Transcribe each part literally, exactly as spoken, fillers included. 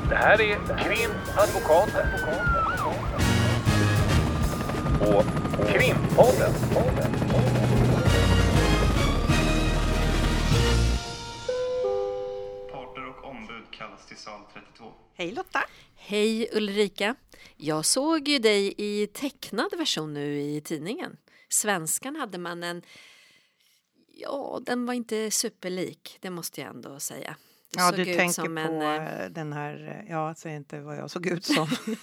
Det här är Krimadvokaten. Och Krimpodden. Parter och ombud kallas till sal trettiotvå. Hej Lotta! Hej Ulrika! Jag såg ju dig i tecknad version nu i tidningen. Svenskan hade man en... Ja, den var inte superlik, det måste jag ändå säga. Du ja, såg du ut tänker som på en, den här... Ja, säg inte vad jag såg ut som.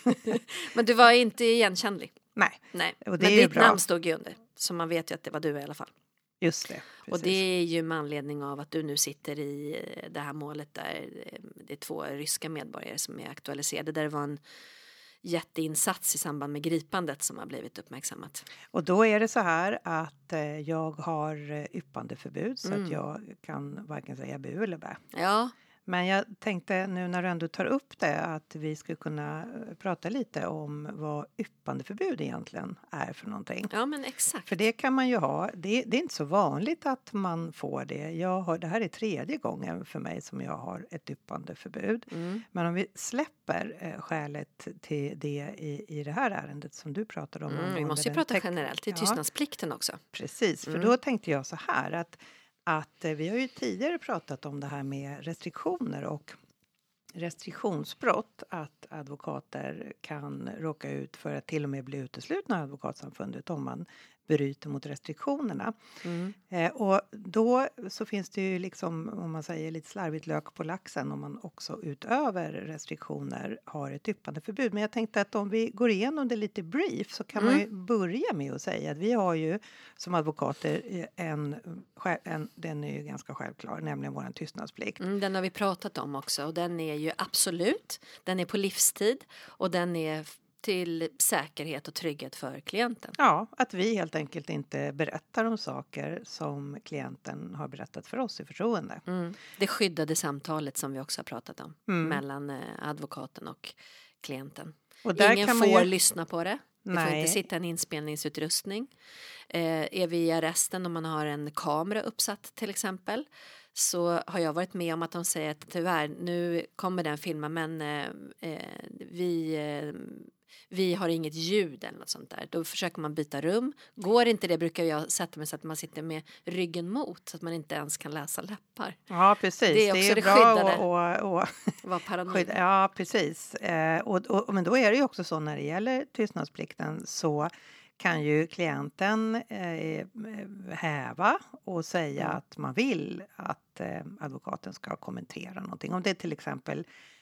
Men du var inte igenkännlig. Nej, Nej. och det Men är ju ditt bra. namn stod ju under. Så man vet ju att det var du i alla fall. Just det. Precis. Och det är ju med anledning av att du nu sitter i det här målet där det är två ryska medborgare som är aktualiserade. Där det var en jätteinsats i samband med gripandet som har blivit uppmärksammat. Och då är det så här att eh, jag har eh, yppandeförbud så Mm. att jag kan varken säga bu eller bä. Ja, Men jag tänkte nu när du ändå tar upp det att vi skulle kunna eh, prata lite om vad yppandeförbud egentligen är för någonting. ja men exakt. För det kan man ju ha. Det, det är inte så vanligt att man får det. Jag har, det här är tredje gången för mig som jag har ett yppandeförbud. Mm. Men om vi släpper eh, skälet till det i, i det här ärendet som du pratade om. Mm, vi angående måste ju den prata teck- generellt. Det är Ja. tystnadsplikten också. Precis, för Mm. då tänkte jag så här att, att eh, vi har ju tidigare pratat om det här med restriktioner och restriktionsbrott, att advokater kan råka ut för att till och med bli uteslutna av advokatsamfundet om man bryter mot restriktionerna. Mm. Eh, och då så finns det ju liksom, om man säger lite slarvigt, lök på laxen om man också utöver restriktioner har ett yppandeförbud. Men jag tänkte att om vi går igenom det lite brief så kan Mm. man ju börja med att säga att vi har ju som advokater en, en den är ju ganska självklar, nämligen våran tystnadsplikt. Mm, den har vi pratat om också och den är ju absolut, den är på livstid och den är till säkerhet och trygghet för klienten. Ja, att vi helt enkelt inte berättar om saker som klienten har berättat för oss i förtroende. Mm. Det skyddade samtalet som vi också har pratat om Mm. mellan eh, advokaten och klienten. Och där Ingen kan får man ju... lyssna på det. Det får Nej. inte sitta en inspelningsutrustning. Eh, är vi i arresten om man har en kamera uppsatt till exempel, så har jag varit med om att de säger att tyvärr, nu kommer den filmen men eh, eh, vi, eh, vi har inget ljud eller något sånt där. Då försöker man byta rum. Går inte det brukar jag sätta mig så att man sitter med ryggen mot så att man inte ens kan läsa läppar. Ja, precis. Det är också det bra skyddade. och, och, och Var paranoid. skydd, ja, precis. Eh, och, och, men då är det ju också så när det gäller tystnadsplikten så kan ju klienten eh, häva och säga Mm. att man vill att eh, advokaten ska kommentera någonting. Om det till exempel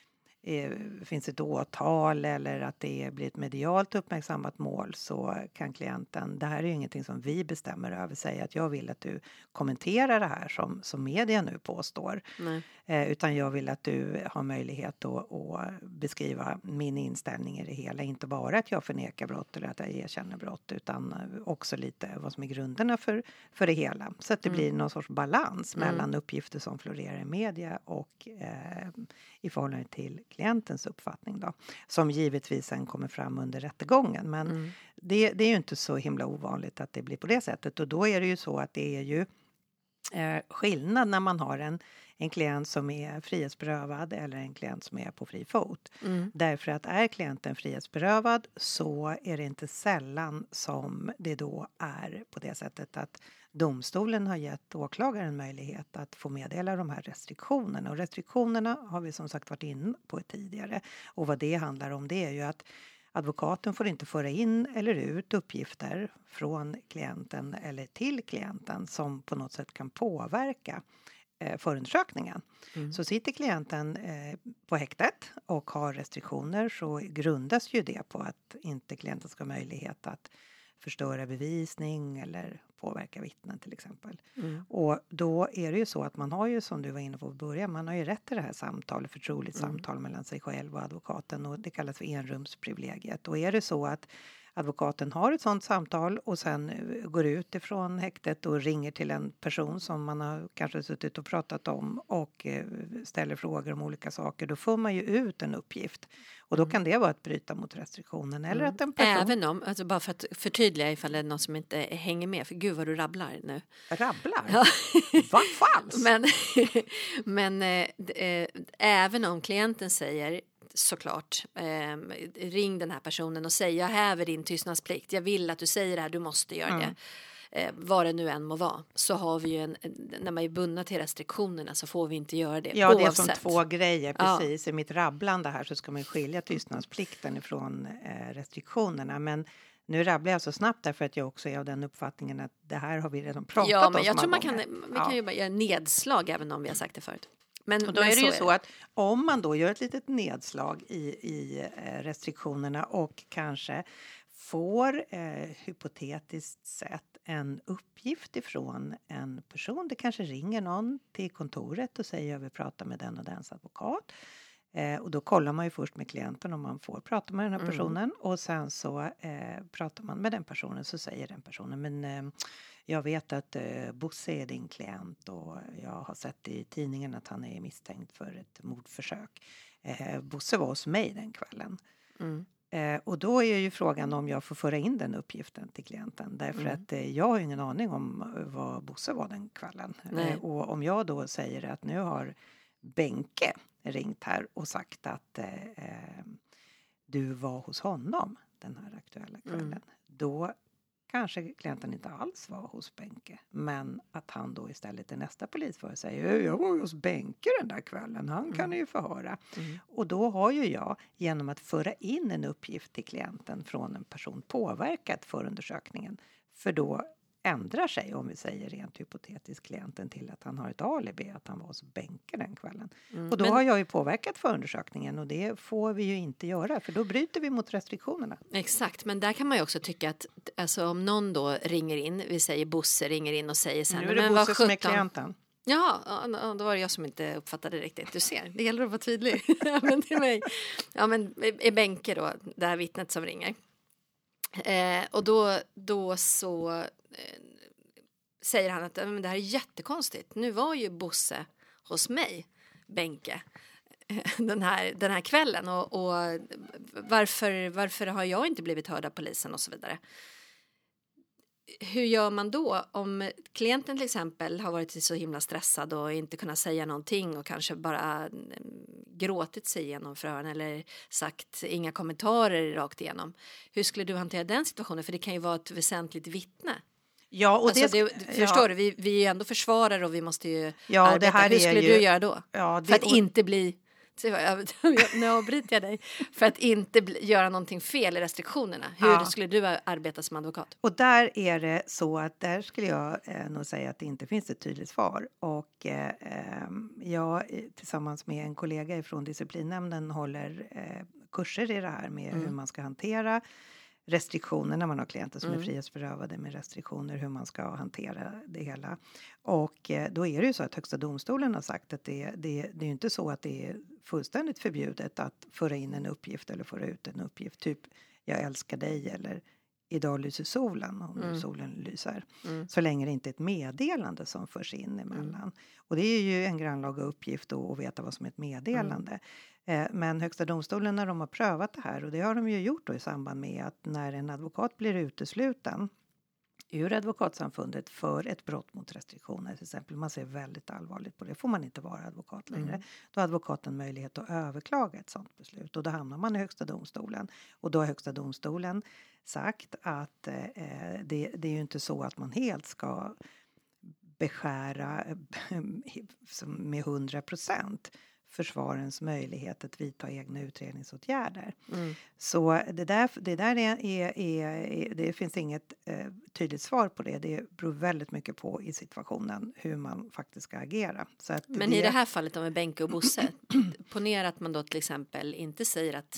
eh, finns ett åtal eller att det blir ett medialt uppmärksammat mål så kan klienten, det här är ju ingenting som vi bestämmer över, säga att jag vill att du kommenterar det här som, som media nu påstår. Nej. Eh, utan jag vill att du har möjlighet att, att beskriva min inställning i det hela. Inte bara att jag förnekar brott eller att jag erkänner brott utan också lite vad som är grunderna för, för det hela. Så att det Mm. blir någon sorts balans Mm. mellan uppgifter som florerar i media och eh, i förhållande till klientens uppfattning då. Som givetvis sen kommer fram under rättegången. Men Mm. det, det är ju inte så himla ovanligt att det blir på det sättet. Och då är det ju så att det är ju eh, skillnad när man har en, en klient som är frihetsberövad eller en klient som är på fri fot. Mm. Därför att är klienten frihetsberövad så är det inte sällan som det då är på det sättet att domstolen har gett åklagaren möjlighet att få meddela de här restriktionerna. Och restriktionerna har vi som sagt varit inne på tidigare. Och vad det handlar om det är ju att advokaten får inte föra in eller ut uppgifter från klienten eller till klienten som på något sätt kan påverka eh, förundersökningen. Mm. Så sitter klienten eh, på häktet och har restriktioner så grundas ju det på att inte klienten ska ha möjlighet att förstöra bevisning eller påverka vittnen till exempel. Mm. Och då är det ju så att man har ju, som du var inne på i början, man har ju rätt till det här samtalet, förtroligt Mm. samtal mellan sig själv och advokaten, och det kallas för enrumsprivilegiet. Och är det så att advokaten har ett sådant samtal och sen går ut ifrån häktet och ringer till en person som man har kanske suttit och pratat om och ställer frågor om olika saker, då får man ju ut en uppgift. Och då kan det vara att bryta mot restriktionen. Eller Mm. att en person... Även om, alltså bara för att förtydliga ifall det är någon som inte hänger med, för gud vad du rabblar nu. Rabblar? Ja. Vad falskt? Men, men eh, eh, även om klienten säger såklart. Eh, ring den här personen och säg jag häver din tystnadsplikt. Jag vill att du säger det här, du måste göra mm. det. Eh, vad det nu än må vara. Så har vi ju en, när man är bundna till restriktionerna så får vi inte göra det. Ja, oavsett. Det är som två grejer. Precis, ja. I mitt rabblande här så ska man skilja tystnadsplikten ifrån eh, restriktionerna. Men nu rabblar jag så snabbt därför att jag också är av den uppfattningen att det här har vi redan pratat om. Ja, men jag tror man gånger. kan, vi kan ja. ju bara göra nedslag även om vi har sagt det förut. Men, och då men är det så ju är så det. att om man då gör ett litet nedslag i, i restriktionerna och kanske får eh, hypotetiskt sett en uppgift ifrån en person. Det kanske ringer någon till kontoret och säger jag vill prata med den och dens advokat. Eh, och då kollar man ju först med klienten om man får prata med den här personen. Mm. Och sen så eh, pratar man med den personen så säger den personen men eh, jag vet att eh, Bosse är din klient och jag har sett i tidningen att han är misstänkt för ett mordförsök. Eh, Bosse var hos mig den kvällen. Mm. Eh, och då är ju frågan om jag får föra in den uppgiften till klienten. Därför mm. att eh, jag har ingen aning om vad Bosse var den kvällen. Eh, och om jag då säger att nu har Benke ringt här och sagt att eh, du var hos honom den här aktuella kvällen. Mm. Då kanske klienten inte alls var hos Benke. Men att han då istället i nästa polisförhör säger jag var hos Benke den där kvällen. Han kan mm. ju förhöra. Mm. Och då har ju jag genom att föra in en uppgift till klienten från en person påverkat förundersökningen. För då ändrar sig om vi säger rent hypotetiskt klienten till att han har ett alibi att han var hos Benke den kvällen. Mm. Och då Men... har jag ju påverkat förundersökningen och det får vi ju inte göra för då bryter vi mot restriktionerna. Exakt, men där kan man ju också tycka att alltså, om någon då ringer in, vi säger Bosse ringer in och säger sen. Nu är det men Bosse som är klienten. Ja, då var det jag som inte uppfattade det riktigt. Du ser, det gäller att vara tydlig. ja, men det är mig. Ja, men är Benke då, det här vittnet som ringer. Eh, och då, då så eh, säger han att men det här är jättekonstigt. Nu var ju Bosse hos mig, Benke, den här, den här kvällen. Och, och varför, varför har jag inte blivit hörd av polisen och så vidare. Hur gör man då om klienten till exempel har varit så himla stressad och inte kunnat säga någonting och kanske bara gråtit sig igenom förhören eller sagt inga kommentarer rakt igenom. Hur skulle du hantera den situationen? För det kan ju vara ett väsentligt vittne. Ja, och alltså, det, det, förstår ja. du, vi, vi är ju ändå försvarare och vi måste ju ja, arbeta. Det här Hur skulle ju, du göra då? Ja, det, för att och, inte bli... Nu avbryter jag dig. För att inte bli, göra någonting fel i restriktionerna. Hur ja. skulle du arbeta som advokat? Och där är det så att där skulle jag eh, nog säga att det inte finns ett tydligt svar. Och eh, jag tillsammans med en kollega från disciplinnämnden håller eh, kurser i det här med mm. hur man ska hantera restriktioner när man har klienter som mm. är frihetsberövade med restriktioner, hur man ska hantera det hela. Och eh, då är det ju så att Högsta domstolen har sagt att det, det, det är ju inte så att det är fullständigt förbjudet att föra in en uppgift eller föra ut en uppgift. Typ, jag älskar dig eller idag lyser solen om mm. solen lyser. Mm. Så länge det inte är ett meddelande som förs in emellan. Mm. Och det är ju en grannlaga uppgift då att veta vad som är ett meddelande. Mm. Men Högsta domstolen när de har prövat det här och det har de ju gjort då i samband med att när en advokat blir utesluten ur advokatsamfundet för ett brott mot restriktioner till exempel, man ser väldigt allvarligt på det, får man inte vara advokat längre. Mm. Då har advokaten möjlighet att överklaga ett sådant beslut och då hamnar man i Högsta domstolen och då har Högsta domstolen sagt att eh, det, det är ju inte så att man helt ska beskära med hundra procent försvarens möjlighet att vidta egna utredningsåtgärder. Mm. Så det där, det där är, är, är, det finns inget eh, tydligt svar på det. Det beror väldigt mycket på i situationen hur man faktiskt ska agera. Så att Men det, i det här fallet med Benke och Bosse, ponera att man då till exempel inte säger att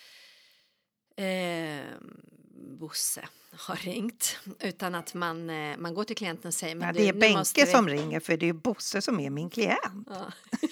eh, Bosse har ringt utan att man, eh, man går till klienten och säger men ja, du, det är Benke vi... som ringer för det är Bosse som är min klient. Ja.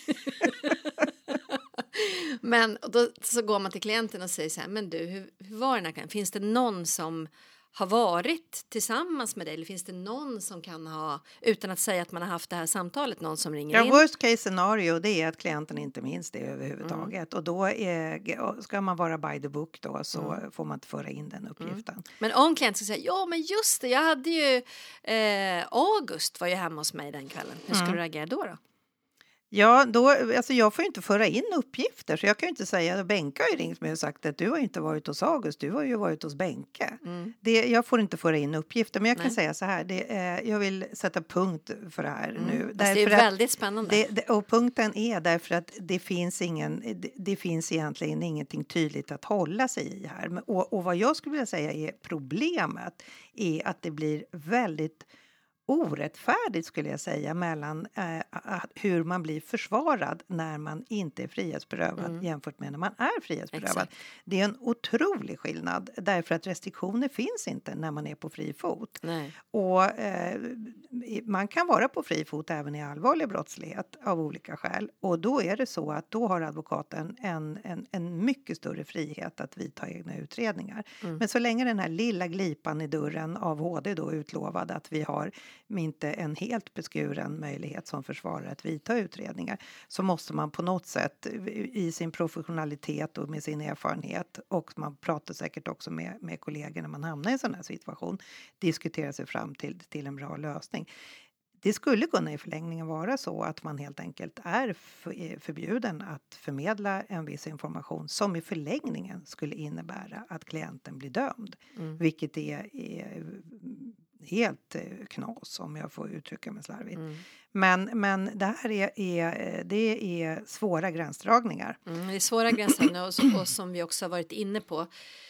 Men då så går man till klienten och säger så här, men du, hur, hur var den här? Finns det någon som har varit tillsammans med dig? Eller finns det någon som kan ha, utan att säga att man har haft det här samtalet, någon som ringer ja, in? Ja, worst case scenario det är att klienten inte minns det överhuvudtaget. Mm. Och då är, ska man vara by the book då så mm. får man inte föra in den uppgiften. Mm. Men om klienten ska säga, ja men just det, jag hade ju, eh, August var ju hemma hos mig den kvällen. Hur skulle mm. du reagera då då? Ja, då, alltså jag får ju inte föra in uppgifter, så jag kan ju inte säga, Benke har ju ringt mig och sagt att du har inte varit hos August, du har ju varit hos Benke. Mm. Det, jag får inte föra in uppgifter, men jag kan Nej. säga så här, det, eh, jag vill sätta punkt för det här Mm. nu. Fast det är Därför att väldigt spännande. det, det, och punkten är därför att det finns, ingen, det, det finns egentligen ingenting tydligt att hålla sig i här. Men, och, och vad jag skulle vilja säga är problemet är att det blir väldigt orättfärdigt, skulle jag säga, mellan eh, att- hur man blir försvarad när man inte är frihetsberövad Mm. jämfört med när man är frihetsberövad. Exakt. Det är en otrolig skillnad därför att restriktioner finns inte när man är på fri fot. Nej. Och eh, man kan vara på fri fot även i allvarlig brottslighet av olika skäl. Och då är det så att då har advokaten en, en, en mycket större frihet att vidta egna utredningar. Mm. Men så länge den här lilla glipan i dörren av H D då utlovad att vi har inte en helt beskuren möjlighet som försvarare att vidta utredningar, så måste man på något sätt i sin professionalitet och med sin erfarenhet, och man pratar säkert också med, med kollegor när man hamnar i en sån här situation, diskutera sig fram till, till en bra lösning. Det skulle kunna i förlängningen vara så att man helt enkelt är för- förbjuden att förmedla en viss information som i förlängningen skulle innebära att klienten blir dömd. Mm. Vilket är, är helt eh, knas, om jag får uttrycka mig slarvigt. Mm. Men, men det här är, är, det är svåra gränsdragningar. Mm, det är svåra gränsdragningar och, så- och som vi också har varit inne på,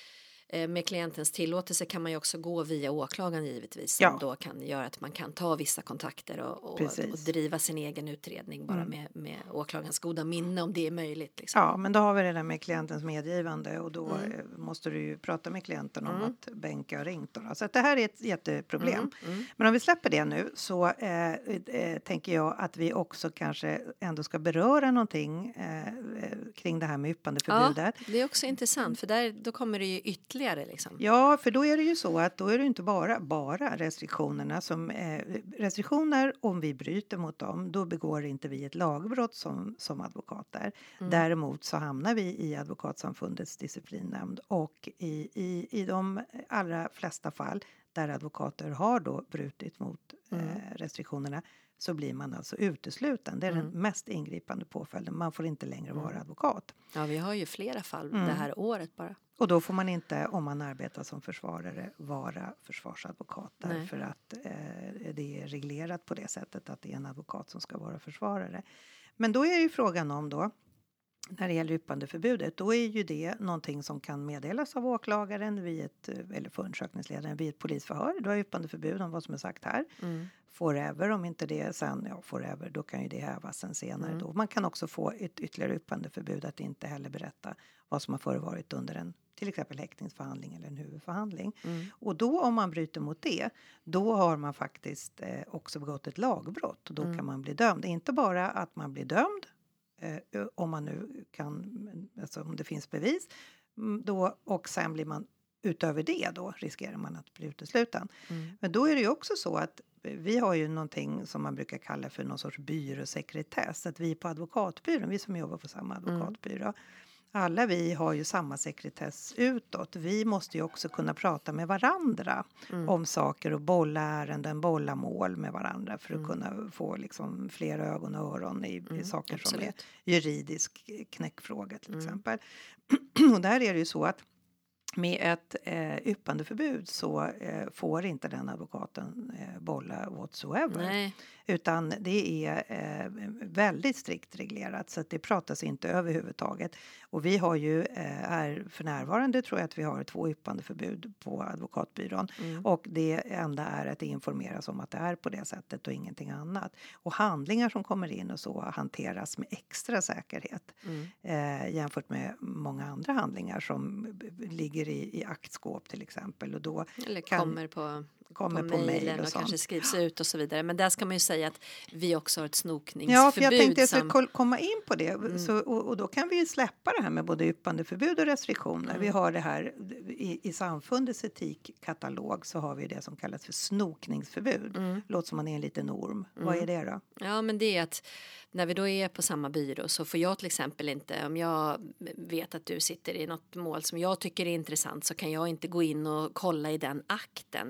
eh, med klientens tillåtelse kan man ju också gå via åklagaren givetvis, som Ja. då kan göra att man kan ta vissa kontakter och, och, Precis. och driva sin egen utredning bara Mm. med, med åklagarens goda minne, om det är möjligt. Liksom. Ja, men då har vi det där med klientens medgivande, och då Mm. eh, måste du ju prata med klienten om Mm. att Benke har ringt. Då. Så att det här är ett jätteproblem. Mm, mm. Men om vi släpper det nu, så eh, eh, tänker jag att vi också kanske ändå ska beröra någonting eh, eh, kring det här med yppandeförbudet. Ja, det är också intressant, för där, då kommer det ju ytterligare. Liksom. Ja, för då är det ju så att då är det inte bara, bara restriktionerna som eh, restriktioner, om vi bryter mot dem, då begår inte vi ett lagbrott som, som advokater. Mm. Däremot så hamnar vi i Advokatsamfundets disciplinnämnd, och i, i, i de allra flesta fall där advokater har då brutit mot Mm. eh, restriktionerna, så blir man alltså utesluten. Det är Mm. den mest ingripande påföljden. Man får inte längre Mm. vara advokat. Ja, vi har ju flera fall Mm. det här året bara. Och då får man inte, om man arbetar som försvarare, vara försvarsadvokat. Nej. Därför att eh, det är reglerat på det sättet att det är en advokat som ska vara försvarare. Men då är ju frågan om då, när det gäller yppandeförbudet, då är ju det någonting som kan meddelas av åklagaren vid ett, eller förundersökningsledaren vid ett polisförhör. Du har yppandeförbud om vad som är sagt här. Mm. Forever, om inte det sen, ja forever, då kan ju det hävas sen senare. Mm. Då. Man kan också få ett ytterligare yppandeförbud att inte heller berätta vad som har förevarit under en till exempel häktningsförhandling eller en huvudförhandling. Mm. Och då, om man bryter mot det, då har man faktiskt eh, också begått ett lagbrott. Och då Mm. kan man bli dömd. Inte bara att man blir dömd, eh, om man nu kan, alltså om det finns bevis, mm, då, och sen blir man utöver det, då riskerar man att bli utesluten. Mm. Men då är det ju också så att vi har ju någonting som man brukar kalla för någon sorts byråsekretess. Att vi på advokatbyrån, vi som jobbar på samma advokatbyrå, alla vi har ju samma sekretess utåt. Vi måste ju också kunna prata med varandra Mm. om saker och bolla ärenden, bolla mål med varandra för att Mm. kunna få liksom fler ögon och öron i, i Mm, saker som är absolut. juridisk knäckfråga till Mm. exempel. Och där är det ju så att med ett eh, yppandeförbud så eh, får inte den advokaten eh, bolla whatsoever. Nej. Utan det är eh, väldigt strikt reglerat, så att det pratas inte överhuvudtaget. Och vi har ju eh, här för närvarande, tror jag att vi har två yppandeförbud på advokatbyrån. Mm. Och det enda är att det informeras om att det är på det sättet och ingenting annat. Och handlingar som kommer in och så hanteras med extra säkerhet. Mm. Eh, jämfört med många andra handlingar som b- b- ligger i, i aktskåp till exempel. Och då Eller kan- kommer på, kommer på, på mejl mejlen och och, sånt. kanske skrivs ut och så vidare. Men där ska man ju säga att vi också har ett snokningsförbud. Ja, för jag tänkte jag som- skulle kol- komma in på det. Mm. Så, och, och då kan vi ju släppa det här med både yppandeförbud och restriktioner. Mm. Vi har det här i, i samfundets etikkatalog, så har vi det som kallas för snokningsförbud. Mm. Låter som man är en liten orm. Vad är det då? Ja, men det är att när vi då är på samma byrå så får jag till exempel inte, om jag vet att du sitter i något mål som jag tycker är intressant, så kan jag inte gå in och kolla i den akten eller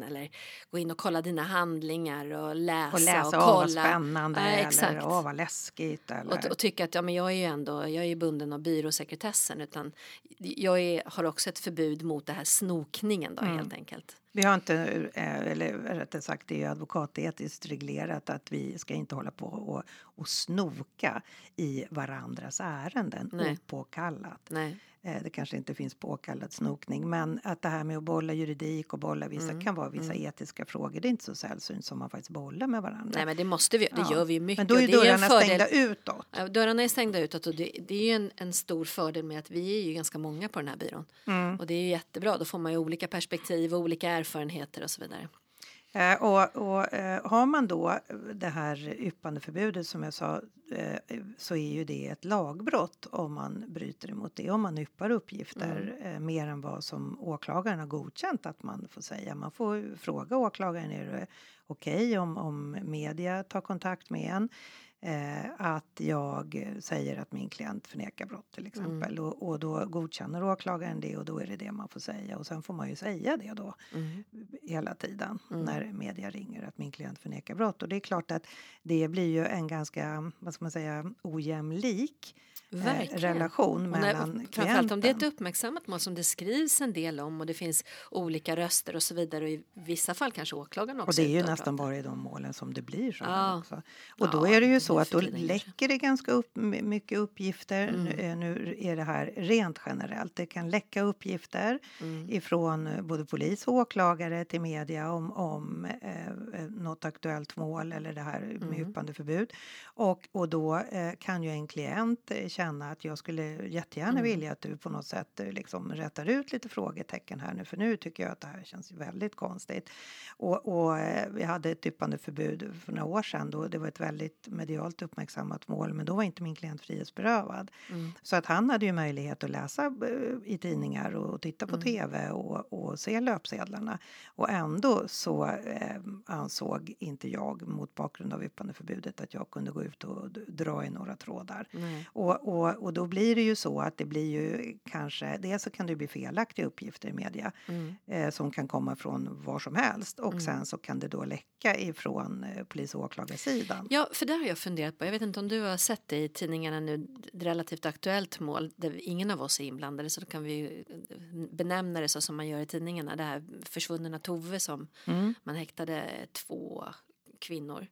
gå in och kolla dina handlingar och läsa Och läsa, och åh vad kolla. spännande Ja, eller exakt. åh vad läskigt. Eller... Och, och tycka att ja, men jag är ju ändå jag är ju bunden av byråsekretessen, utan jag är, har också ett förbud mot det här snokningen då, Mm. helt enkelt. Vi har inte, eller rättare sagt det är ju advokatetiskt reglerat att vi ska inte hålla på och, och snoka i varandras ärenden Nej. opåkallat. Nej. Det kanske inte finns påkallad snokning, men att det här med att bolla juridik och bolla vissa Mm, kan vara vissa mm. etiska frågor. Det är inte så sällsynt som man faktiskt bollar med varandra. Nej, men det måste vi, det Ja. gör vi ju mycket. Men då är och det är en dörrarna fördel- stängda utåt. Ja, dörrarna är stängda utåt och det, det är ju en, en stor fördel med att vi är ju ganska många på den här byrån. Mm. Och det är ju jättebra, då får man ju olika perspektiv och olika erfarenheter och så vidare. Eh, och och eh, har man då det här yppandeförbudet som jag sa, eh, så är ju det ett lagbrott om man bryter emot det. Om man yppar uppgifter Mm. eh, mer än vad som åklagaren har godkänt att man får säga. Man får fråga åklagaren, är det okej om, om media tar kontakt med en? Eh, att jag säger att min klient förnekar brott till exempel. Och, och då godkänner åklagaren det och då är det det man får säga. Och sen får man ju säga det då Mm. hela tiden Mm. när media ringer att min klient förnekar brott. Och det är klart att det blir ju en ganska, vad ska man säga, ojämlik eh, Verkligen. relation Och när, mellan framförallt om det är ett klienten. uppmärksammat mål som det skrivs en del om och det finns olika röster och så vidare, och i vissa fall kanske åklagaren också Och det är ju ute och nästan pratar. bara i de målen som det blir så. Ja. Också. Och då Ja, är det ju nu så att då för tiden kanske. läcker det ganska upp, mycket uppgifter. Mm. Nu, eh, nu är det här rent generellt. Det kan läcka uppgifter Mm. ifrån eh, både polis och åklagare till media om, om eh, eh, något aktuellt mål eller det här med Mm. yppandeförbud. Och, och då eh, kan ju en klient eh, känna att jag skulle jättegärna Mm. vilja att du på något sätt eh, liksom rättar ut lite frågetecken här nu. För nu tycker jag att det här känns väldigt konstigt. Och, och eh, vi hade ett yppandeförbud för några år sedan. Då det var ett väldigt medialt uppmärksammat mål. Men då var inte min klient frihetsberövad. Mm. Så att han hade ju möjlighet att läsa eh, i tidningar och titta på Mm. tv och, och se löpsedlarna. Och ändå så eh, ansåg inte jag mot bakgrund av yppandeförbudet att jag kunde gå ut och d- dra i några trådar. Nej. Och, och, och då blir det ju så att det blir ju kanske, dels så kan det bli felaktiga uppgifter i media Mm. eh, som kan komma från var som helst. Och Mm. sen så kan det då läcka ifrån eh, polis- och åklagarsidan. Ja, för där har jag funderat på. Jag vet inte om du har sett det i tidningarna nu, ett relativt aktuellt mål där ingen av oss är inblandade, så då kan vi ju benämna det så som man gör i tidningarna. Det här försvunna Tove som Mm. man häktade två kvinnor.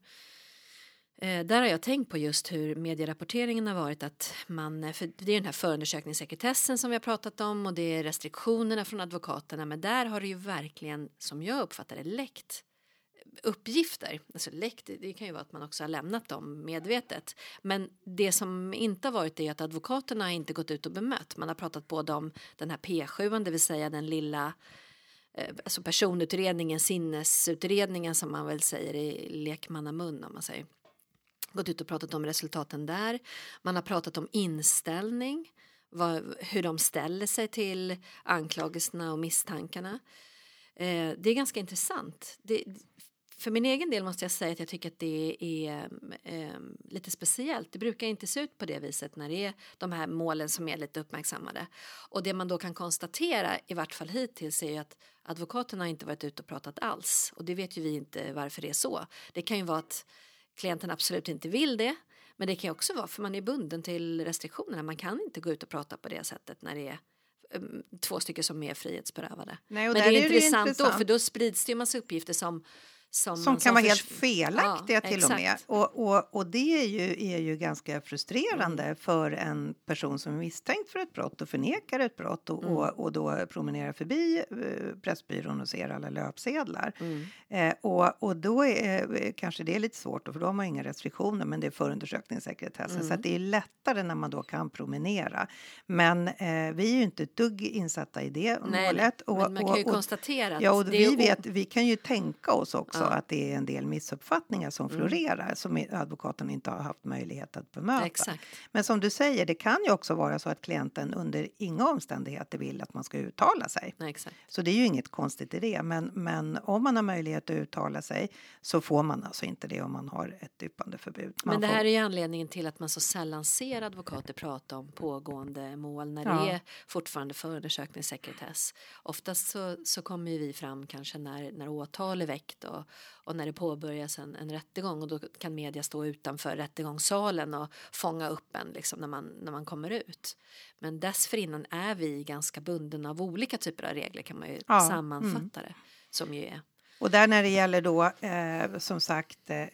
Eh, där har jag tänkt på just hur medierapporteringen har varit, att man, för det är den här förundersökningssekretessen som vi har pratat om och det är restriktionerna från advokaterna, men där har det ju verkligen, som jag uppfattar det, läckt uppgifter. Alltså läckt, det kan ju vara att man också har lämnat dem medvetet. Men det som inte har varit är att advokaterna har inte gått ut och bemött. Man har pratat både om den här P sju, det vill säga den lilla eh, alltså personutredningen, sinnesutredningen som man väl säger i lekmannamun om man säger. Gått ut och pratat om resultaten där. Man har pratat om inställning, vad, hur de ställer sig till anklagelserna och misstankarna. Eh, det är ganska intressant. Det, för min egen del måste jag säga att jag tycker att det är eh, lite speciellt. Det brukar inte se ut på det viset när det är de här målen som är lite uppmärksammade. Och det man då kan konstatera, i vart fall hittills, är ju att advokaterna har inte varit ute och pratat alls. Och det vet ju vi inte varför det är så. Det kan ju vara att klienten absolut inte vill det. Men det kan ju också vara för man är bunden till restriktionerna. Man kan inte gå ut och prata på det sättet när det är um, två stycken som är frihetsberövade. Nej, och Men där det är, är det intressant, intressant. då, för då sprids det ju en massa uppgifter som Som, Som kan vara helt förs- felaktiga Ja, till och med. exakt. Och, och, och det är ju, är ju ganska frustrerande Mm. för en person som är misstänkt för ett brott och förnekar ett brott och, Mm. och, och då promenerar förbi eh, Pressbyrån och ser alla löpsedlar. Mm. Eh, och, och då är eh, kanske det är lite svårt, för de har inga restriktioner, men det är förundersökningssekretessen. Mm. Så att det är lättare när man då kan promenera. Men eh, vi är ju inte ett dugg insatta i det Nej, målet. men man kan ju och, konstatera att Ja, och det är vi, o- vet, vi kan ju tänka oss också ja. att det är en del missuppfattningar som florerar mm. som advokaten inte har haft möjlighet att bemöta. Exakt. Men som du säger, det kan ju också vara så att klienten under inga omständigheter vill att man ska uttala sig. Exakt. Så det är ju inget konstigt i det. Men, men om man har möjlighet att uttala sig så får man alltså inte det om man har ett yppandeförbud. Man Men det här får... är ju anledningen till att man så sällan ser advokater prata om pågående mål när Ja. det är fortfarande förundersökningssekretess. Oftast så, så kommer ju vi fram kanske när, när åtal är väckt och, och när det påbörjas en, en rättegång, och då kan media stå utanför rättegångssalen och fånga upp en liksom när man, när man kommer ut. Men dessförinnan är vi ganska bundna av olika typer av regler, kan man ju Ja. sammanfatta Mm. det som ju är. Och där när det gäller då eh, som sagt eh,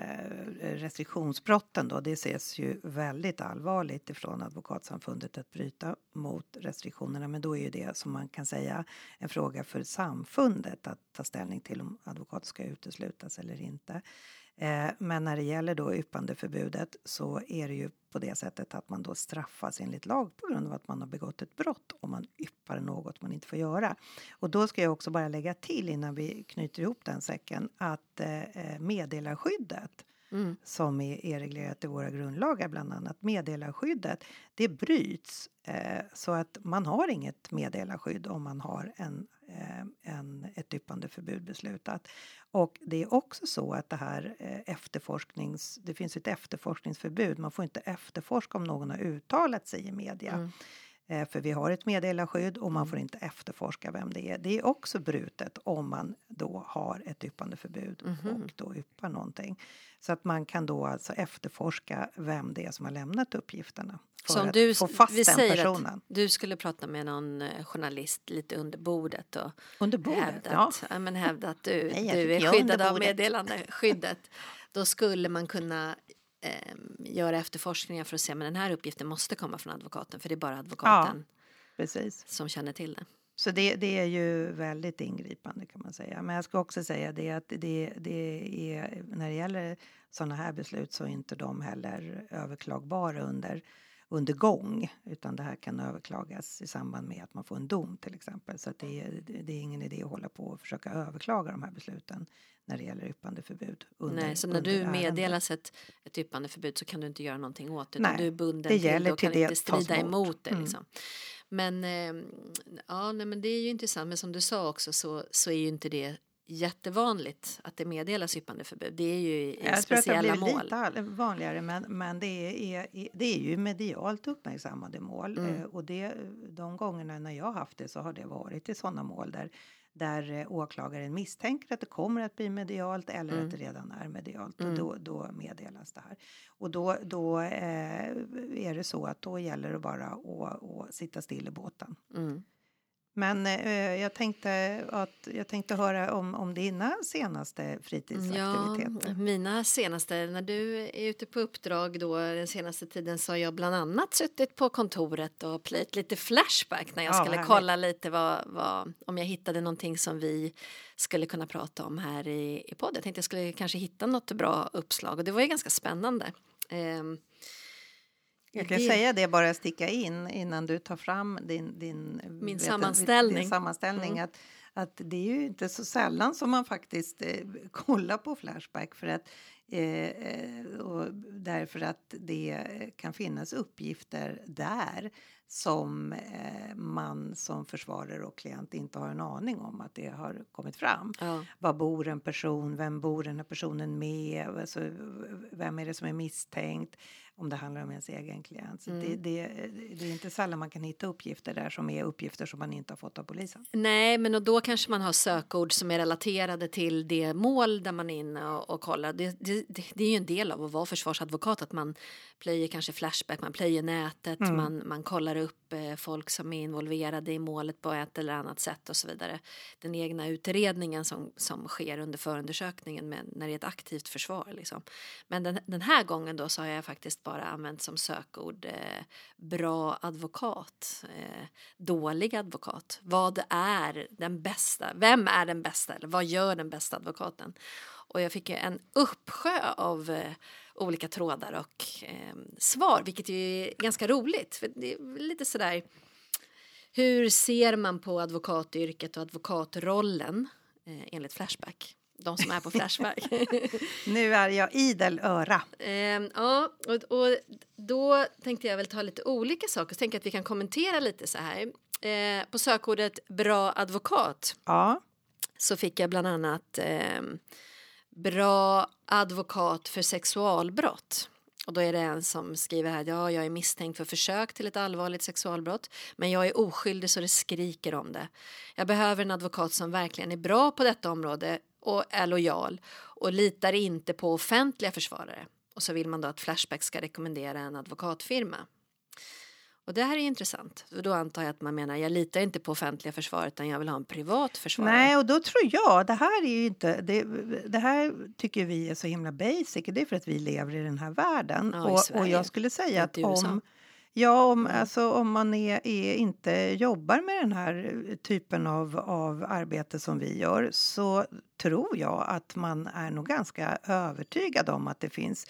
restriktionsbrotten då, det ses ju väldigt allvarligt ifrån advokatsamfundet att bryta mot restriktionerna, men då är ju det som man kan säga en fråga för samfundet att ta ställning till om advokat ska uteslutas eller inte. Eh, men när det gäller då yppandeförbudet så är det ju på det sättet att man då straffas enligt lag på grund av att man har begått ett brott om man yppar något man inte får göra. Och då ska jag också bara lägga till innan vi knyter ihop den säcken att eh, meddelarskyddet mm. som är, är reglerat i våra grundlagar bland annat, meddelarskyddet, det bryts eh, så att man har inget meddelarskydd om man har en, eh, en, ett yppandeförbud beslutat. Och det är också så att det här eh, efterforsknings, det finns ett efterforskningsförbud. Man får inte efterforska om någon har uttalat sig i media. Mm. Eh, för vi har ett meddelarskydd och man får inte efterforska vem det är. Det är också brutet om man då har ett yppandeförbud mm-hmm. och då yppar någonting. Så att man kan då alltså efterforska vem det är som har lämnat uppgifterna. För som att du, få fast vi den säger personen. Att du skulle prata med någon journalist lite under bordet och under bordet, hävda, ja. att, ja, men hävda att du, Nej, du är skyddad av meddelandeskyddet. Då skulle man kunna eh, göra efterforskningar för att se, men den här uppgiften måste komma från advokaten, för det är bara advokaten ja, precis. som känner till det. Så det, det är ju väldigt ingripande kan man säga. Men jag ska också säga det att det, det är, när det gäller sådana här beslut så är inte de heller överklagbara under, under gång. Utan det här kan överklagas i samband med att man får en dom till exempel. Så att det, är, det är ingen idé att hålla på och försöka överklaga de här besluten när det gäller yppandeförbud. Under, Nej, så när du meddelas ett, ett yppandeförbud så kan du inte göra någonting åt det. Nej, du är bunden det till gäller det och till kan det inte strida emot. emot det. Mm. Liksom. Men, eh, ja, nej, men det är ju intressant. Men som du sa också så, så är ju inte det jättevanligt att det meddelas yppandeförbud. Det är ju i jag speciella tror att det blir mål. lite vanligare, men, men det, är, det är ju medialt uppmärksammade mål. Mm. Eh, och det, de gångerna när jag har haft det så har det varit i sådana mål där, där åklagaren misstänker att det kommer att bli medialt eller mm. att det redan är medialt. Mm. Och då, då meddelas det här. Och då, då eh, är det så att då gäller det bara att, att sitta still i båten. Mm. Men eh, jag, tänkte att, jag tänkte höra om, om dina senaste fritidsaktiviteter. Ja, mina senaste, när du är ute på uppdrag då den senaste tiden så har jag bland annat suttit på kontoret och plöjt lite Flashback när jag ja, skulle härligt. kolla lite vad, vad, om jag hittade någonting som vi skulle kunna prata om här i, i podden. Jag tänkte jag skulle kanske hitta något bra uppslag och det var ju ganska spännande. Ehm, Jag kan det... säga det bara sticka in innan du tar fram din, din, Min vet, sammanställning, din sammanställning mm. att, att det är ju inte så sällan som man faktiskt eh, kollar på Flashback för att, eh, och därför att det kan finnas uppgifter där som eh, man som försvarare och klient inte har en aning om att det har kommit fram. Ja. Vad bor en person? Vem bor den här personen med? Alltså, vem är det som är misstänkt? Om det handlar om ens egen klient. Så mm. det, det, det är inte sällan man kan hitta uppgifter där som är uppgifter som man inte har fått av polisen. Nej, men och då kanske man har sökord som är relaterade till det mål där man är inne och, och kollar. Det, det, det är ju en del av att vara försvarsadvokat att man plöjer kanske Flashback, man plöjer nätet, mm. man, man kollar upp eh, folk som är involverade i målet på ett eller annat sätt och så vidare. Den egna utredningen som, som sker under förundersökningen med, när det är ett aktivt försvar. Liksom. Men den, den här gången då så har jag faktiskt bara använt som sökord eh, bra advokat, eh, dålig advokat. Vad är den bästa? Vem är den bästa? Eller vad gör den bästa advokaten? Och jag fick en uppsjö av eh, olika trådar och eh, svar, vilket ju är ganska roligt. För det är lite sådär, hur ser man på advokatyrket och advokatrollen eh, enligt Flashback? de som är på Flashback. Nu är jag idel öra. eh, ja, och, och då tänkte jag väl ta lite olika saker. Så tänker jag att vi kan kommentera lite så här. Eh, på sökordet bra advokat Ja. så fick jag bland annat eh, bra advokat för sexualbrott. Och då är det en som skriver här, ja, jag är misstänkt för försök till ett allvarligt sexualbrott, men jag är oskyldig så det skriker om det. Jag behöver en advokat som verkligen är bra på detta område och är lojal och litar inte på offentliga försvarare. Och så vill man då att Flashback ska rekommendera en advokatfirma. Och det här är intressant. För då antar jag att man menar, jag litar inte på offentliga försvar utan jag vill ha en privat försvarare. Nej, och då tror jag, det här är ju inte, det, det här tycker vi är så himla basic. Det är för att vi lever i den här världen. Ja, i och, Sverige. och jag skulle säga att Inte i U S A. om, ja, om, alltså, om man är, är, inte jobbar med den här typen av, av arbete som vi gör, så tror jag att man är nog ganska övertygad om att det finns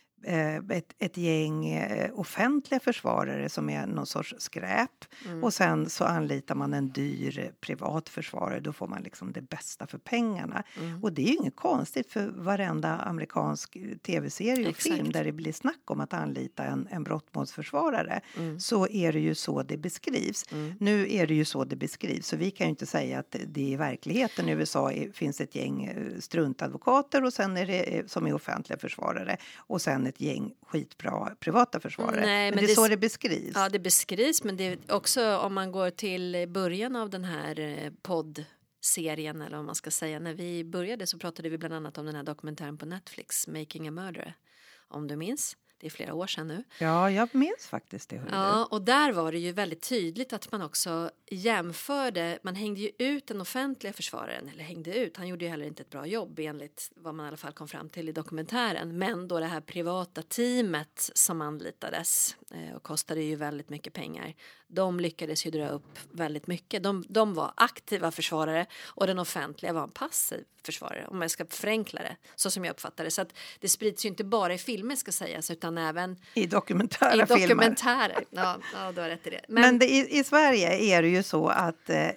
Ett, ett gäng offentliga försvarare som är någon sorts skräp. Mm. Och sen så anlitar man en dyr privat försvarare. Då får man liksom det bästa för pengarna. Mm. Och det är ju inget konstigt för varenda amerikansk tv-serie och Exakt. film där det blir snack om att anlita en, en brottmålsförsvarare. Mm. Så är det ju så det beskrivs. Mm. Nu är det ju så det beskrivs. Så vi kan ju inte säga att det i verkligheten i U S A är, finns ett gäng struntadvokater och sen är det som är offentliga försvarare. Och sen ett gäng skitbra privata försvarare. Nej, men, men det är det, så det beskrivs. Ja, det beskrivs, men det är också om man går till början av den här poddserien, eller vad man ska säga. När vi började så pratade vi bland annat om den här dokumentären på Netflix, Making a Murderer. Om du minns. Det är flera år sedan nu. Ja, jag minns faktiskt det. Ja, och där var det ju väldigt tydligt att man också jämförde, man hängde ju ut den offentliga försvararen, eller hängde ut, han gjorde ju heller inte ett bra jobb enligt vad man i alla fall kom fram till i dokumentären, men då det här privata teamet som anlitades eh, och kostade ju väldigt mycket pengar, de lyckades ju dra upp väldigt mycket. De, de var aktiva försvarare och den offentliga var en passiv försvarare, om jag ska förenkla det, så som jag uppfattar det. Så att det sprids ju inte bara i filmer, ska sägas, utan även i dokumentära i filmer. dokumentärer. Ja, ja, du har rätt i det. Men, Men det, i, i Sverige är det ju så att eh,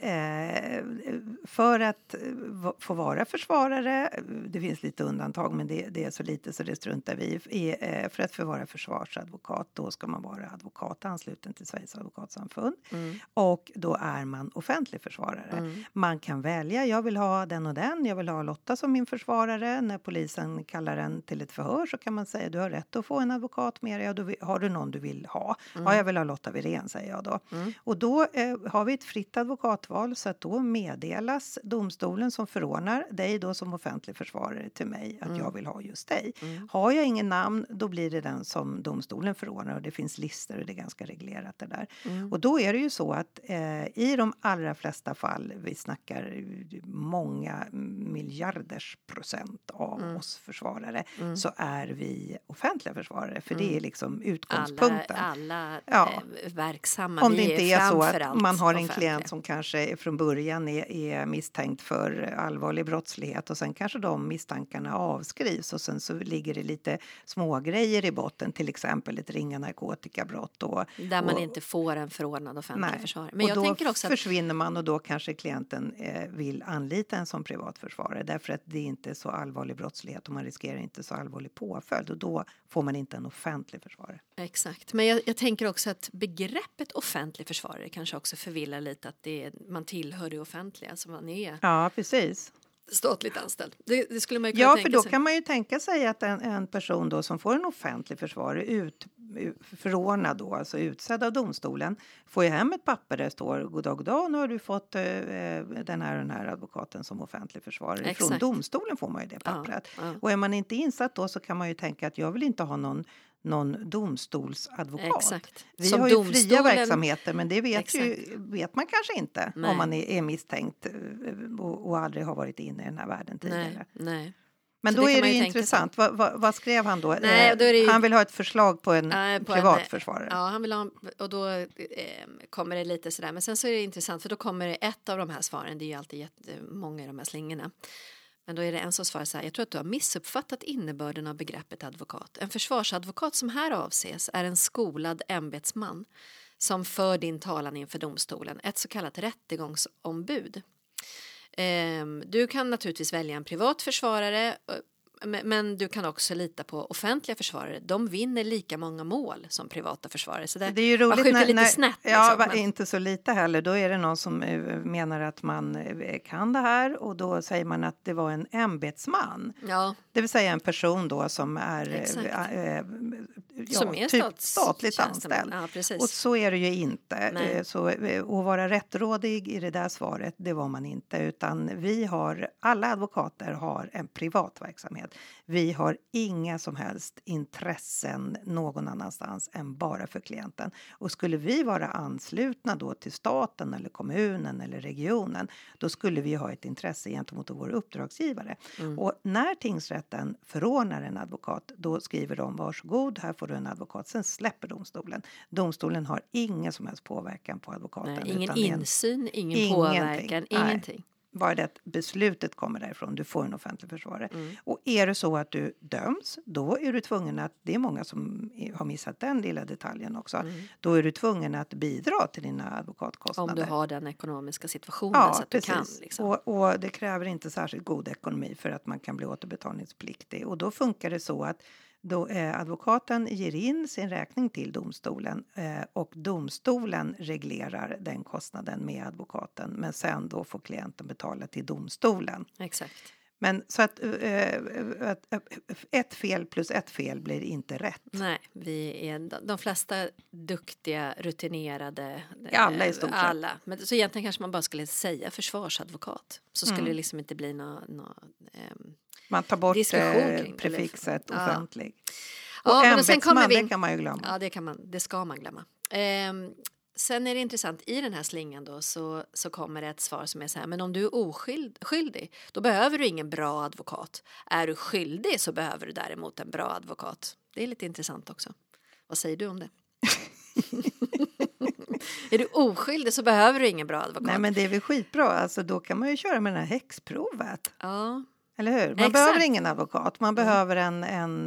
för att få vara försvarare, det finns lite undantag, men det, det är så lite så det struntar vi i. Eh, för att få vara försvarsadvokat, då ska man vara advokat ansluten till Sveriges advokatsamfund. Mm. Och då är man offentlig försvarare. Mm. Man kan välja, jag vill ha den och den, jag vill ha Lotta som min försvarare. När polisen kallar en till ett förhör så kan man säga, du har rätt att få en advokat med dig, och då har du någon du vill ha. Mm. Ja, jag vill ha Lotta Wirén, säger jag då. Mm. Och då eh, har vi ett fritt advokatval, så att då meddelas domstolen som förordnar dig då som offentlig försvarare till mig att mm. jag vill ha just dig. Mm. Har jag ingen namn, då blir det den som domstolen förordnar, och det finns listor och det är ganska reglerat det där. Mm. Och då är det ju så att eh, i de allra flesta fall, vi snackar många miljarders procent av mm. oss försvarare, mm. så är vi offentliga försvarare, för mm. det är liksom utgångspunkten. Alla, alla ja. verksamma. Om det inte är, är så att man har en offentliga. klient som kanske från början är, är misstänkt för allvarlig brottslighet, och sen kanske de misstankarna avskrivs, och sen så ligger det lite små grejer i botten, till exempel ett ringa narkotikabrott. Och, där man och, inte får en förordnad offentlig nej. försvarare. Men och jag då tänker också att... försvinner man, och då kanske klienten eh, vill anlita en som privatförsvarare, därför att det är inte så allvarlig brottslighet och man riskerar inte så allvarlig påföljd, och då får man inte en offentlig försvarare. Exakt, men jag, jag tänker också att begreppet offentlig försvarare kanske också förvillar lite, att det är, man tillhör det offentliga, som man är. Ja, precis. Statligt anställd. Det, det skulle man ju kunna ja, tänka för då sig. kan man ju tänka sig att en, en person då som får en offentlig försvarare ut, förordnad då, alltså utsedd av domstolen, får ju hem ett papper där det står god dag, god dag, nu har du fått eh, den här och den här advokaten som offentlig försvarare. Exakt. Från domstolen får man ju det pappret. Ja, ja. Och är man inte insatt då, så kan man ju tänka att jag vill inte ha någon någon domstolsadvokat. Exakt. Vi som har ju domstolen... fria verksamheter, men det vet, ju, vet man kanske inte. Nej. Om man är, är misstänkt och, och aldrig har varit inne i den här världen tidigare. Nej, nej. Men så då det är det ju intressant. Vad, vad, vad skrev han då? Nej, då är det ju... Han vill ha ett förslag på en äh, på privat en, försvarare. Ja, han vill ha, och då eh, kommer det lite sådär. Men sen så är det intressant, för då kommer det ett av de här svaren. Det är ju alltid jättemånga i de här slingorna. Men då är det en som svarar så här: jag tror att du har missuppfattat innebörden av begreppet advokat. En försvarsadvokat som här avses är en skolad ämbetsman som för din talan inför domstolen, ett så kallat rättegångsombud. Eh, du kan naturligtvis välja en privat försvarare, men du kan också lita på offentliga försvarare. De vinner lika många mål som privata försvarare. Så det, det är ju roligt skjuter när, lite när, snett. Ja, Liksom, men... inte så lite heller. Då är det någon som menar att man kan det här. Och då säger man att det var en ämbetsman. Ja. Det vill säga en person då som är, äh, äh, ja, som är typ stats- statligt tjänsteman. anställd. Ja, och så är det ju inte. Nej. Så, att vara rättrådig i det där svaret, det var man inte. Utan vi har, alla advokater har en privat verksamhet. Vi har inga som helst intressen någon annanstans än bara för klienten. Och skulle vi vara anslutna då till staten eller kommunen eller regionen, då skulle vi ha ett intresse gentemot vår uppdragsgivare. Mm. Och när tingsrätten förordnar en advokat, då skriver de varsågod, här får du en advokat. Sen släpper domstolen. Domstolen har ingen som helst påverkan på advokaten. Nej, ingen utan insyn, ingen ingenting. påverkan, ingenting. Nej. Bara det att beslutet kommer därifrån. Du får en offentlig försvarare. Mm. Och är det så att du döms, då är du tvungen att, det är många som har missat den lilla detaljen också. Mm. Då är du tvungen att bidra till dina advokatkostnader. Om du har den ekonomiska situationen, ja, så att precis. du kan. Liksom. Och, och det kräver inte särskilt god ekonomi för att man kan bli återbetalningspliktig. Och då funkar det så att då, eh, advokaten ger in sin räkning till domstolen eh, och domstolen reglerar den kostnaden med advokaten. Men sen då får klienten betala till domstolen. Exakt. Men så att eh, ett fel plus ett fel blir inte rätt. Nej, vi är de flesta duktiga, rutinerade. Alla i stort sett. Alla. Men så egentligen kanske man bara skulle säga försvarsadvokat. Så skulle Mm. det liksom inte bli något... Nå, ehm, man tar bort kring, prefixet eller, offentlig. Ja. Och Ja, men sen kommer vi in, det kan man ju glömma. Ja, det, kan man, det ska man glömma. Ehm, sen är det intressant, i den här slingan då så, så kommer det ett svar som är så här, men om du är oskyldig, då behöver du ingen bra advokat. Är du skyldig så behöver du däremot en bra advokat. Det är lite intressant också. Vad säger du om det? Är du oskyldig så behöver du ingen bra advokat. Nej, men det är väl skitbra. Alltså, då kan man ju köra med det här häxprovet. Ja. Eller hur? Man Exakt. behöver ingen advokat. Man Mm. behöver en, en,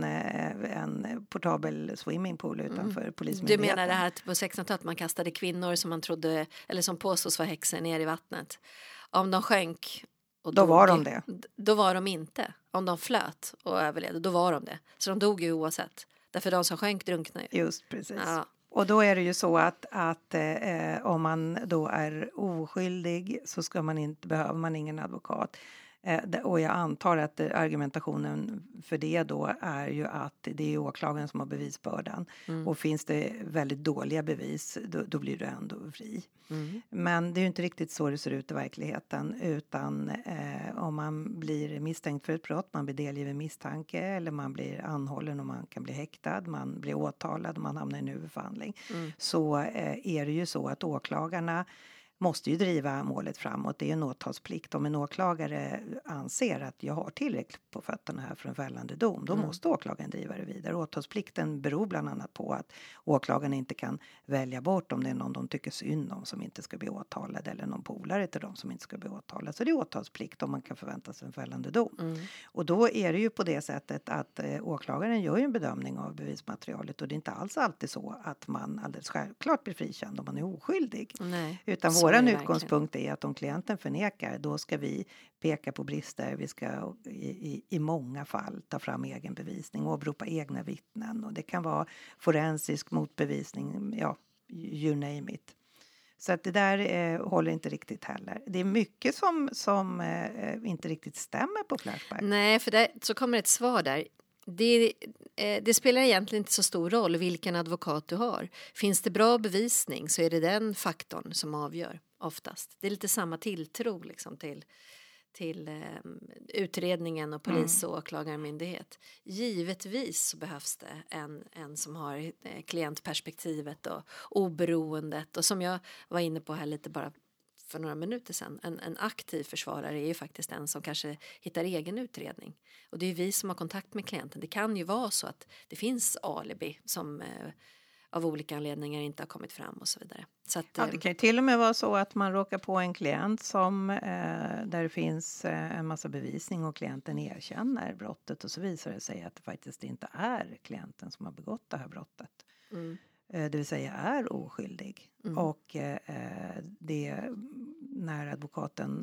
en portabel swimmingpool utanför mm. polismyndigheten. Du menar det här på sextonhundratalet att man kastade kvinnor som man trodde, eller som påstås vara häxor, ner i vattnet. Om de sjönk och då dog, var de det. Då var de inte. Om de flöt och överlevde, då var de det. Så de dog ju oavsett. Därför de som sjönk drunknade ju. Just precis. Ja. Och då är det ju så att, att eh, om man då är oskyldig så ska man inte, behöver man ingen advokat. Eh, och jag antar att argumentationen för det då är ju att det är åklagaren som har bevisbördan. Mm. Och finns det väldigt dåliga bevis, då, då blir du ändå fri. Mm. Men det är ju inte riktigt så det ser ut i verkligheten. Utan eh, om man blir misstänkt för ett brott, man blir delgiven misstanke eller man blir anhållen och man kan bli häktad, man blir åtalad och man hamnar i en huvudförhandling. Mm. Så eh, är det ju så att åklagarna måste ju driva målet framåt. Det är en åtalsplikt. Om en åklagare anser att jag har tillräckligt på fötterna här för en fällande dom, då mm. måste åklagaren driva det vidare. Åtalsplikten beror bland annat på att åklagaren inte kan välja bort om det är någon de tycker synd om som inte ska bli åtalad eller någon polare till dem som inte ska bli åtalad. Så det är åtalsplikt om man kan förvänta sig en fällande dom. Mm. Och då är det ju på det sättet att eh, åklagaren gör ju en bedömning av bevismaterialet och det är inte alls alltid så att man alldeles självklart blir frikänd om man är oskyldig. Nej. Utan våran utgångspunkt är att om klienten förnekar, då ska vi peka på brister. Vi ska i, i, i många fall ta fram egen bevisning och åberopa egna vittnen. Och det kan vara forensisk motbevisning, ja, you name it. Så att det där eh, håller inte riktigt heller. Det är mycket som, som eh, inte riktigt stämmer på Flashback. Nej, för där, så kommer ett svar där. Det, eh, det spelar egentligen inte så stor roll vilken advokat du har. Finns det bra bevisning så är det den faktorn som avgör oftast. Det är lite samma tilltro liksom till, till eh, utredningen och polis och åklagarmyndighet. Givetvis så behövs det en, en som har eh, klientperspektivet och oberoendet. Och som jag var inne på här lite bara för några minuter sedan. En, en aktiv försvarare är ju faktiskt en som kanske hittar egen utredning. Och det är vi som har kontakt med klienten. Det kan ju vara så att det finns alibi som eh, av olika anledningar inte har kommit fram och så vidare. Så att, ja, det kan ju till och med vara så att man råkar på en klient som, eh, där det finns eh, en massa bevisning och klienten erkänner brottet och så visar det sig att det faktiskt inte är klienten som har begått det här brottet. Mm. Det vill säga är oskyldig. Mm. Och eh, det när advokaten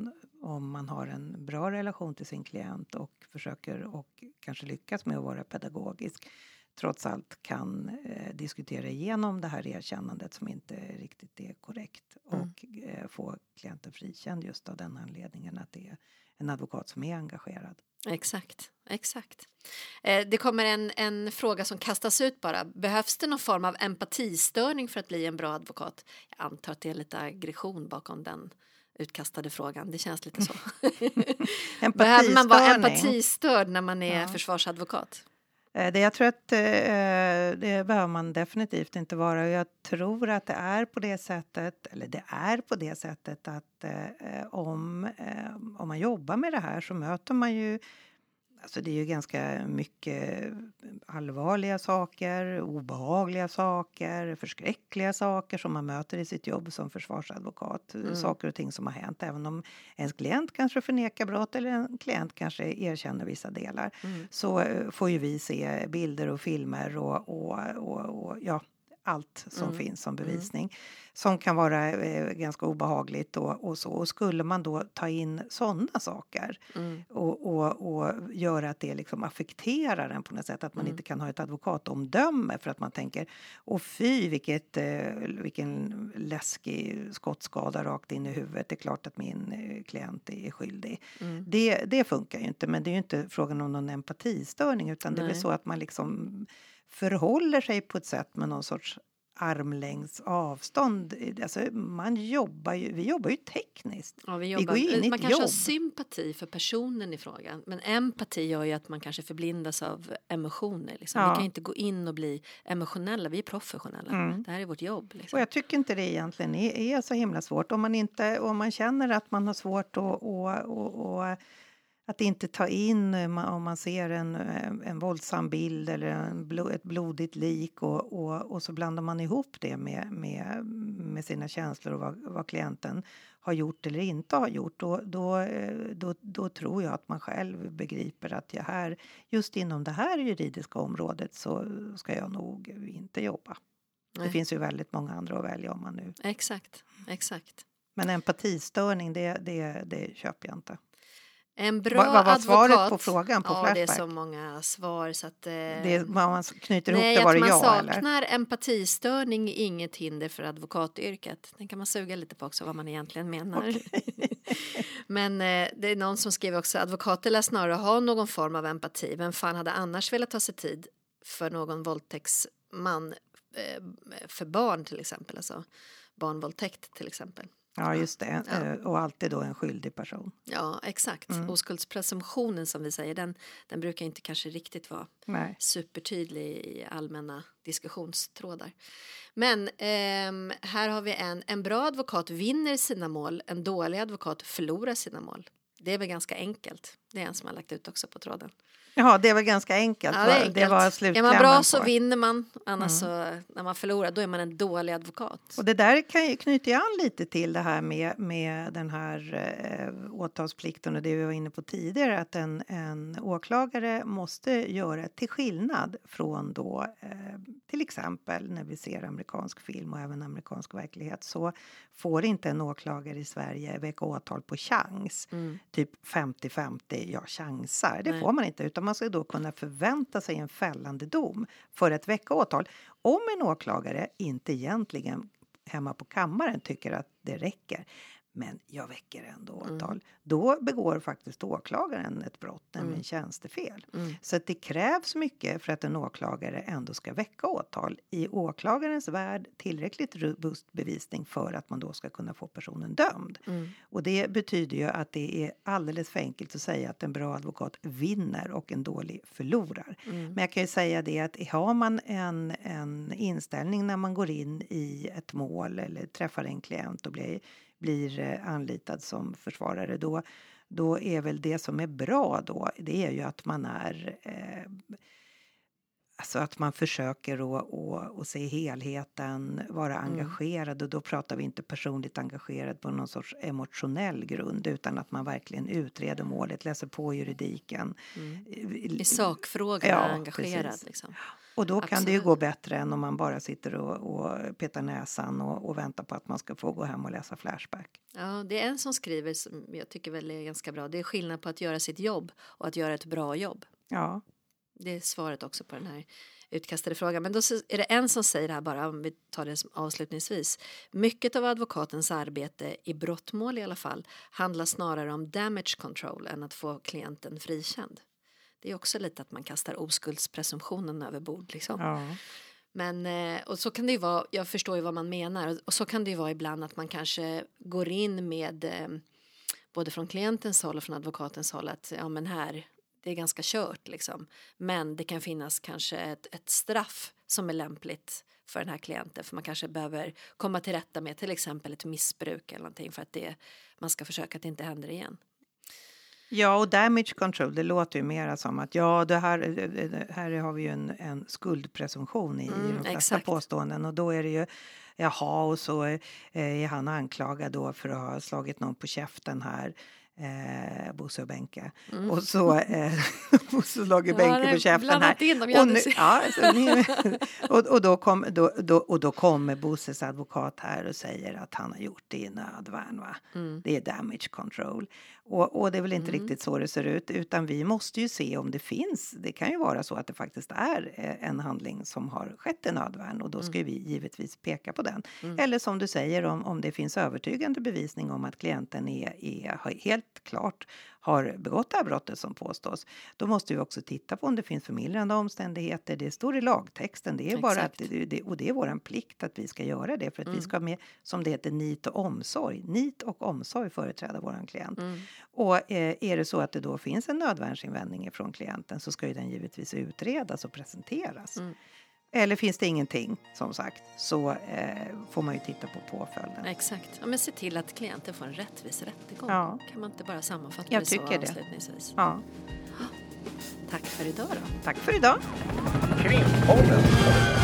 om man har en bra relation till sin klient och försöker och kanske lyckas med att vara pedagogisk, trots allt kan eh, diskutera igenom det här erkännandet som inte riktigt är korrekt Mm. och eh, få klienten frikänd just av den anledningen att det är en advokat som är engagerad. Exakt, exakt. Eh, det kommer en, en fråga som kastas ut bara. Behövs det någon form av empatistörning för att bli en bra advokat? Jag antar att det är lite aggression bakom den utkastade frågan. Det känns lite så. Behöver man vara empatistörd när man är Ja. försvarsadvokat? Eh, Det, jag tror att eh, det behöver man definitivt inte vara. Och jag tror att det är på det sättet, eller det är på det sättet att eh, om, eh, om man jobbar med det här så möter man ju, alltså det är ju ganska mycket allvarliga saker, obehagliga saker, förskräckliga saker som man möter i sitt jobb som försvarsadvokat. Mm. Saker och ting som har hänt, även om ens klient kanske förnekar brott eller en klient kanske erkänner vissa delar. Mm. Så eh, får ju vi se bilder och filmer och, och, och, och ja, allt som Mm. finns som bevisning. Som kan vara eh, ganska obehagligt och, och så. Och skulle man då ta in sådana saker Mm. och, och, och göra att det liksom affekterar en på något sätt. Att man Mm. inte kan ha ett advokatomdöme för att man tänker, åh fy vilket, eh, vilken läskig skottskada rakt in i huvudet. Det är klart att min eh, klient är skyldig. Mm. Det, det funkar ju inte, men det är ju inte frågan om någon empatistörning utan det är Nej. väl så att man liksom förhåller sig på ett sätt med någon sorts armlängds avstånd. Alltså man jobbar ju, vi jobbar ju tekniskt. Ja, vi Vi jobbar. går ju in i Man ett kanske har jobb. sympati för personen i frågan. Men empati gör ju att man kanske förblindas av emotioner. Liksom. Ja. Vi kan inte gå in och bli emotionella. Vi är professionella. Mm. Det här är vårt jobb. Och Liksom. jag tycker inte det egentligen är, är så himla svårt. Om man, inte, om man känner att man har svårt att, och, och, och, att inte ta in om man ser en, en våldsam bild eller en blo, ett blodigt lik och, och, och så blandar man ihop det med, med, med sina känslor och vad, vad klienten har gjort eller inte har gjort. Då, då, då, då tror jag att man själv begriper att jag här, just inom det här juridiska området så ska jag nog inte jobba. Nej. Det finns ju väldigt många andra att välja om man nu. Exakt, exakt. Men empatistörning, det, det, det köper jag inte. En bra Vad, vad var advokat. svaret på frågan på ja, Flashback? det är så många svar så att... Eh, Det, om man knyter nej, ihop det, var att det man ja eller? saknar empatistörning är inget hinder för advokatyrket. Den kan man suga lite på också vad man egentligen menar. Men eh, det är någon som skriver också advokater lär snarare ha någon form av empati. Vem fan hade annars velat ta sig tid för någon våldtäktsman eh, för barn till exempel, alltså barnvåldtäkt till exempel. Ja, just det. Ja. Eh, Och alltid då en skyldig person. Ja, exakt. Mm. Oskuldspresumtionen som vi säger, den, den brukar inte kanske riktigt vara Nej. supertydlig i allmänna diskussionstrådar. Men ehm, här har vi en, en bra advokat vinner sina mål, en dålig advokat förlorar sina mål. Det är väl ganska enkelt. Det är en som har lagt ut också på tråden. Ja, det var ganska enkelt. Ja, det, är va? enkelt. det var Är slutklämmen man bra på. så vinner man, annars så när man förlorar då är man en dålig advokat. Och det där kan ju knyta an lite till det här med, med den här eh, åtalsplikten och det vi var inne på tidigare. Att en, en åklagare måste göra till skillnad från då eh, till exempel när vi ser amerikansk film och även amerikansk verklighet. Så får inte en åklagare i Sverige väcka åtal på chans. Mm. Typ femtio femtio, ja chansar. Det Nej. får man inte utan man ska då kunna förvänta sig en fällande dom för ett väcka åtal. Om en åklagare inte egentligen hemma på kammaren tycker att det räcker. Men jag väcker ändå åtal. Mm. Då begår faktiskt åklagaren ett brott, nämligen Mm. tjänstefel. Mm. Så att det krävs mycket för att en åklagare ändå ska väcka åtal. I åklagarens värld tillräckligt robust bevisning för att man då ska kunna få personen dömd. Mm. Och det betyder ju att det är alldeles för enkelt att säga att en bra advokat vinner och en dålig förlorar. Mm. Men jag kan ju säga det att har man en, en inställning när man går in i ett mål eller träffar en klient och blir, blir eh, anlitad som försvarare då, då är väl det som är bra då, det är ju att man är... Eh, Alltså att man försöker att, att, att se helheten, vara engagerad. Och då pratar vi inte personligt engagerad på någon sorts emotionell grund. Utan att man verkligen utreder målet, läser på juridiken. Mm. I sakfrågan ja, är engagerad. Liksom. Och då Absolut. Kan det ju gå bättre än om man bara sitter och, och petar näsan och, och väntar på att man ska få gå hem och läsa Flashback. Ja, det är en som skriver som jag tycker väl är ganska bra. Det är skillnad på att göra sitt jobb och att göra ett bra jobb. Ja. Det är svaret också på den här utkastade frågan. Men då är det en som säger det här bara, om vi tar det som avslutningsvis. Mycket av advokatens arbete i brottmål i alla fall handlar snarare om damage control än att få klienten frikänd. Det är också lite att man kastar oskuldspresumtionen över bord liksom. Ja. Men, och så kan det ju vara, jag förstår ju vad man menar, och så kan det ju vara ibland att man kanske går in med både från klientens håll och från advokatens håll att ja men här, det är ganska kört liksom. Men det kan finnas kanske ett, ett straff som är lämpligt för den här klienten, för man kanske behöver komma till rätta med till exempel ett missbruk eller någonting för att det, man ska försöka att det inte händer igen. Ja, och damage control, det låter ju mer som att ja, det här, här har vi ju en, en skuldpresumtion i, Mm, i de flesta exakt. påståenden. Och då är det ju, jaha, och så är han anklagad då för att ha slagit någon på käften här. Eh, Bosse och Benke. Mm. Och så eh, Bosse och Benke ja, på käften här. In dem, och, nu, ja, så ni, och, och, då kom, då, då, och då kommer Bosses advokat här och säger att han har gjort det i nödvärn. Va? Mm. Det är damage control. Och, och det är väl inte mm. riktigt så det ser ut. Utan vi måste ju se om det finns. Det kan ju vara så att det faktiskt är en handling som har skett i nödvärn. Och då ska mm. vi givetvis peka på den. Mm. Eller som du säger, om, om det finns övertygande bevisning om att klienten är, är helt klart har begått det här brottet som påstås. Då måste vi också titta på om det finns förmildrande omständigheter. Det står i lagtexten. Det är bara att, det, och det är vår plikt att vi ska göra det. För att mm. vi ska med, som det heter, nit och omsorg. Nit och omsorg företräda våran klient. Mm. Och eh, är det så att det då finns en nödvärnsinvändning från klienten, så ska ju den givetvis utredas och presenteras. Mm. Eller finns det ingenting, som sagt, så eh, får man ju titta på påföljden. Exakt. Ja, men se till att klienten får en rättvis rättegång. Ja. Kan man inte bara sammanfatta Jag det så tycker avslutningsvis? Det. Ja. Tack för idag då. Tack för idag. Krimpodden.